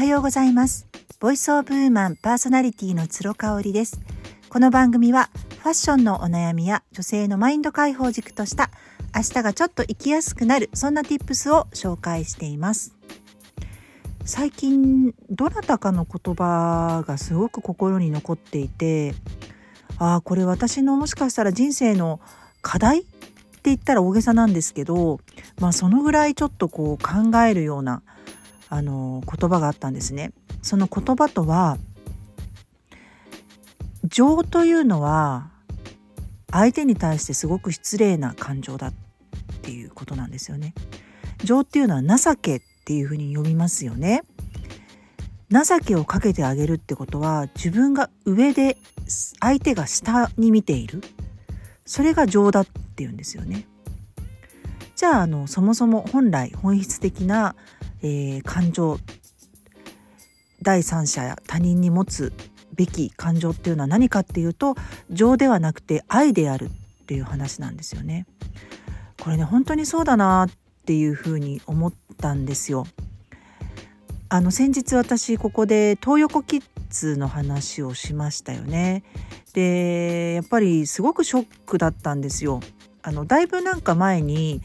はようございます。ボイスオブウーマンパーソナリティの鶴香織です。この番組はファッションのお悩みや女性のマインド解放軸とした明日がちょっと生きやすくなる、そんな Tips を紹介しています。最近どなたかの言葉がすごく心に残っていて、これ私のもしかしたら人生の課題って言ったら大げさなんですけど、そのぐらいちょっと考えるような言葉があったんですね。その言葉とは、情というのは相手に対してすごく失礼な感情だっていうことなんですよね。情っていうのは情けっていうふうに読みますよね。情けをかけてあげるってことは、自分が上で相手が下に見ている、それが情だっていうんですよね。じゃあ、そもそも本来本質的な、感情、第三者や他人に持つべき感情っていうのは何かっていうと、情ではなくて愛であるっていう話なんですよね。これね、本当にそうだなっていうふうに思ったんですよ。先日私ここで東横キッズの話をしましたよね。で、やっぱりすごくショックだったんですよ。だいぶ前に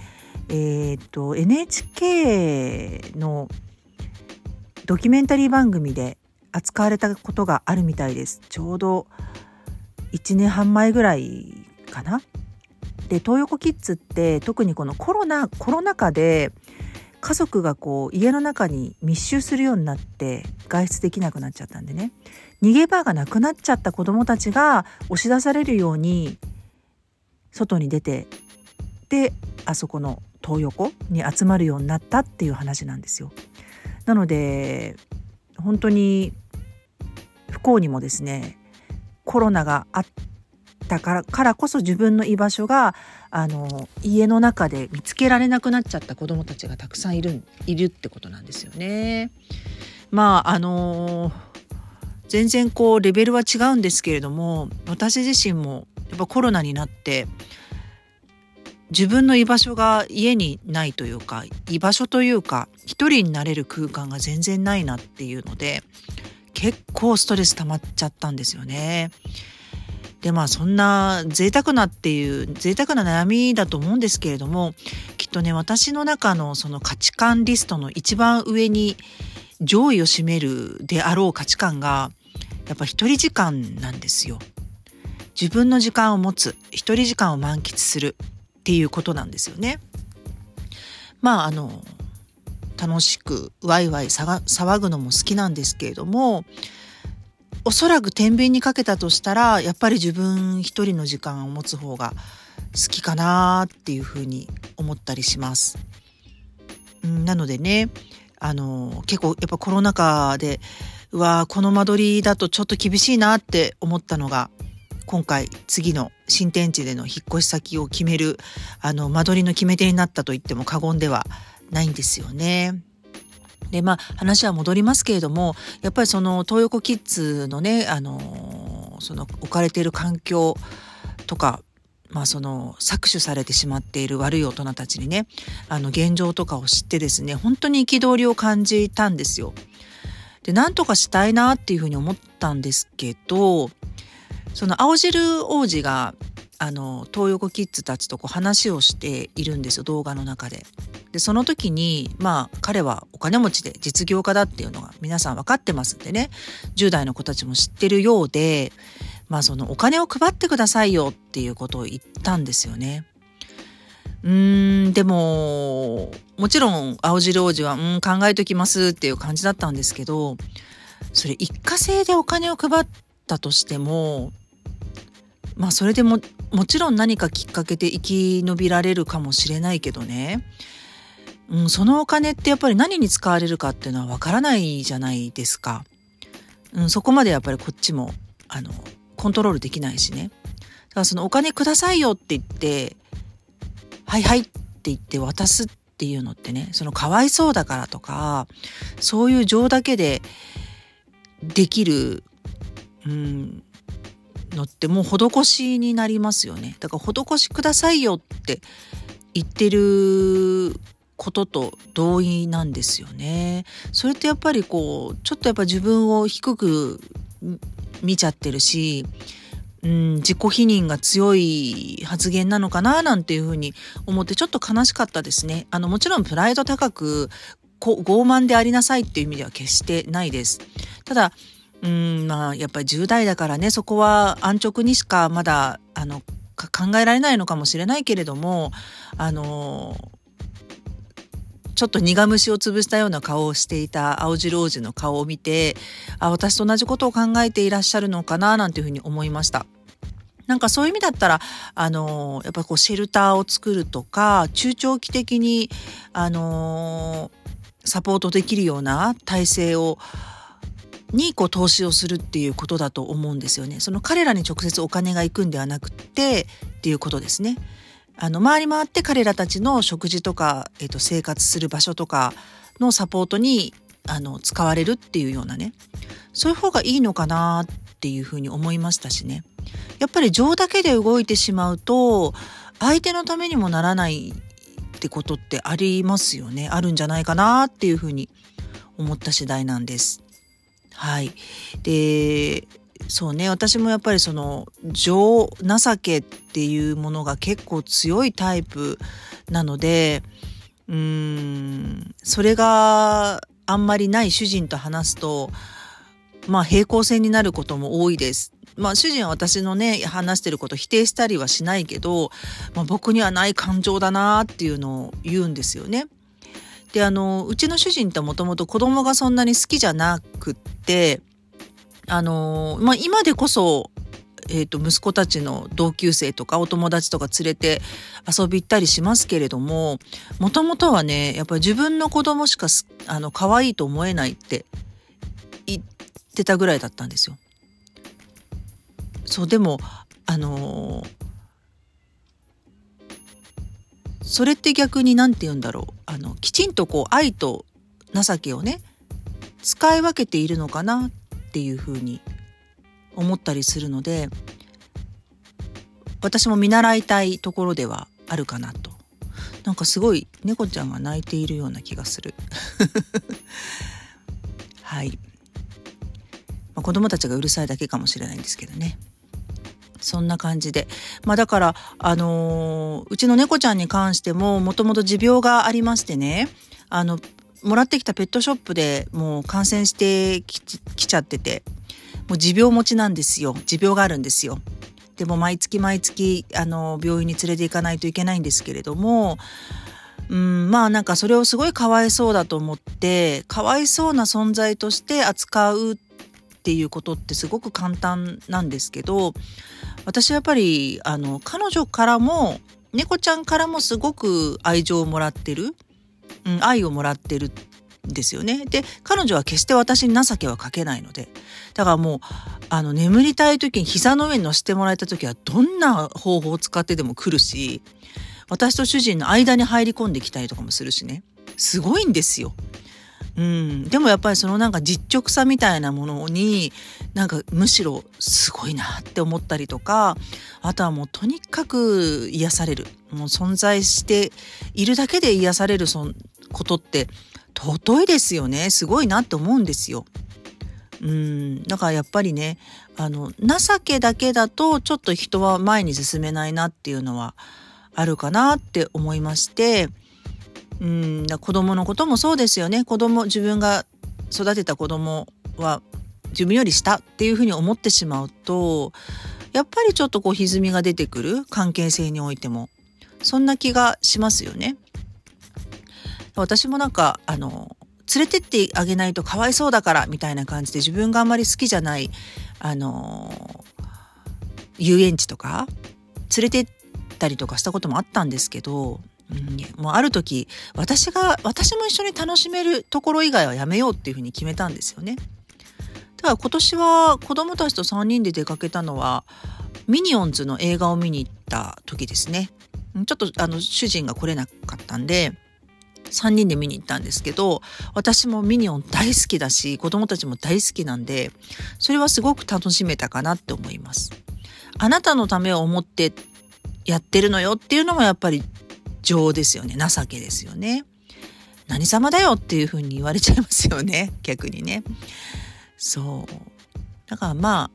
NHK のドキュメンタリー番組で扱われたことがあるみたいです。ちょうど1年半前ぐらいかな。で、東横キッズって特にこのコロナ禍で家族が家の中に密集するようになって外出できなくなっちゃったんでね、逃げ場がなくなっちゃった子どもたちが押し出されるように外に出て、であそこの東横に集まるようになったっていう話なんですよ。なので本当に不幸にもですね、コロナがあったからこそ自分の居場所が家の中で見つけられなくなっちゃった子どもたちがたくさんいるってことなんですよね。全然レベルは違うんですけれども、私自身もやっぱコロナになって自分の居場所が家にないというか、居場所というか一人になれる空間が全然ないなっていうので、結構ストレス溜まっちゃったんですよね。で、そんな贅沢な悩みだと思うんですけれども、きっとね、私の中のその価値観リストの一番上に上位を占めるであろう価値観がやっぱ一人時間なんですよ。自分の時間を持つ、一人時間を満喫するっていうことなんですよね。楽しくワイワイ騒ぐのも好きなんですけれども、おそらく天秤にかけたとしたら、やっぱり自分一人の時間を持つ方が好きかなっていうふうに思ったりします。なのでね、結構やっぱコロナ禍でこの間取りだとちょっと厳しいなって思ったのが、今回次の新天地での引っ越し先を決める間取りの決め手になったと言っても過言ではないんですよね。で、話は戻りますけれども、やっぱりその東横キッズのね、その置かれている環境とか、その搾取されてしまっている悪い大人たちにね、現状とかを知ってですね、本当に憤りを感じたんですよ。で、なんとかしたいなっていうふうに思ったんですけど、その青汁王子が東横キッズたちと話をしているんですよ、動画の中で。で、その時に彼はお金持ちで実業家だっていうのが皆さん分かってますんでね、10代の子たちも知ってるようで、そのお金を配ってくださいよっていうことを言ったんですよね。でももちろん青汁王子は考えときますっていう感じだったんですけど、それ一過性でお金を配ったとしても、それでもちろん何かきっかけで生き延びられるかもしれないけどね、そのお金ってやっぱり何に使われるかっていうのはわからないじゃないですか。そこまでやっぱりこっちもコントロールできないしね。だからそのお金くださいよって言ってはいはいって言って渡すっていうのってね、そのかわいそうだからとか、そういう情だけでできるのってもう施しになりますよね。だから施しくださいよって言ってることと同意なんですよね。それってやっぱりちょっとやっぱ自分を低く見ちゃってるし、自己否認が強い発言なのかななんていうふうに思ってちょっと悲しかったですね。もちろんプライド高く傲慢でありなさいっていう意味では決してないです。ただやっぱり10代だからね、そこは安直にしかまだ考えられないのかもしれないけれども、ちょっと苦虫を潰したような顔をしていた青汁王子の顔を見て、私と同じことを考えていらっしゃるのかななんていうふうに思いました。なんかそういう意味だったら、やっぱりシェルターを作るとか、中長期的に、サポートできるような体制に投資をするっていうことだと思うんですよね。その彼らに直接お金が行くんではなくてっていうことですね。回り回って彼らたちの食事とか、生活する場所とかのサポートに使われるっていうようなね、そういう方がいいのかなっていうふうに思いましたしね。やっぱり情だけで動いてしまうと相手のためにもならないってことってありますよね。あるんじゃないかなっていうふうに思った次第なんです。はい。で、そうね、私もやっぱり情けっていうものが結構強いタイプなので、それがあんまりない主人と話すと、平行線になることも多いです。主人は私のね、話してること否定したりはしないけど、僕にはない感情だなっていうのを言うんですよね。で、うちの主人ってもともと子供がそんなに好きじゃなくって、今でこそ、息子たちの同級生とかお友達とか連れて遊び行ったりしますけれども、もともとはね、やっぱり自分の子供しか可愛いと思えないって言ってたぐらいだったんですよ。そう、でもそれって逆になんて言うんだろう、きちんと愛と情けをね使い分けているのかなっていうふうに思ったりするので、私も見習いたいところではあるかなと。なんかすごい猫ちゃんが泣いているような気がするはい、子供たちがうるさいだけかもしれないんですけどね。そんな感じで。だから、うちの猫ちゃんに関しても、もともと持病がありましてね、もらってきたペットショップでもう感染してきちゃってて、もう持病持ちなんですよ。持病があるんですよ。でも毎月病院に連れて行かないといけないんですけれども、なんかそれをすごいかわいそうだと思って、かわいそうな存在として扱うっていうことってすごく簡単なんですけど、私はやっぱり彼女からも猫ちゃんからもすごく愛情をもらってる、愛をもらってるんですよね。で、彼女は決して私に情けはかけないので、だからもう眠りたい時に膝の上に乗せてもらえた時はどんな方法を使ってでも来るし、私と主人の間に入り込んできたりとかもするしね、すごいんですよ。でもやっぱりそのなんか実直さみたいなものになんかむしろすごいなって思ったりとか、あとはもうとにかく癒される、もう存在しているだけで癒されることって尊いですよね。すごいなって思うんですよ。だからやっぱりね、情けだけだとちょっと人は前に進めないなっていうのはあるかなって思いまして、子供のこともそうですよね。自分が育てた子供は自分より下っていうふうに思ってしまうと、やっぱりちょっと歪みが出てくる、関係性においてもそんな気がしますよね。私もなんか連れてってあげないとかわいそうだからみたいな感じで、自分があんまり好きじゃない遊園地とか連れてったりとかしたこともあったんですけど、もうある時私も一緒に楽しめるところ以外はやめようっていうふうに決めたんですよね。だから今年は子供たちと3人で出かけたのはミニオンズの映画を見に行った時ですね。ちょっと主人が来れなかったんで3人で見に行ったんですけど、私もミニオン大好きだし子供たちも大好きなんで、それはすごく楽しめたかなって思います。あなたのためを思ってやってるのよっていうのもやっぱり情ですよね。情けですよね。 何様だよっていう風に言われちゃいますよね、逆にね。そうだから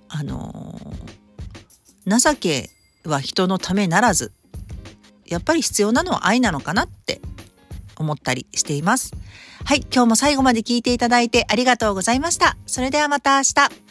情けは人のためならず、やっぱり必要なのは愛なのかなって思ったりしています。はい、今日も最後まで聞いていただいてありがとうございました。それではまた明日。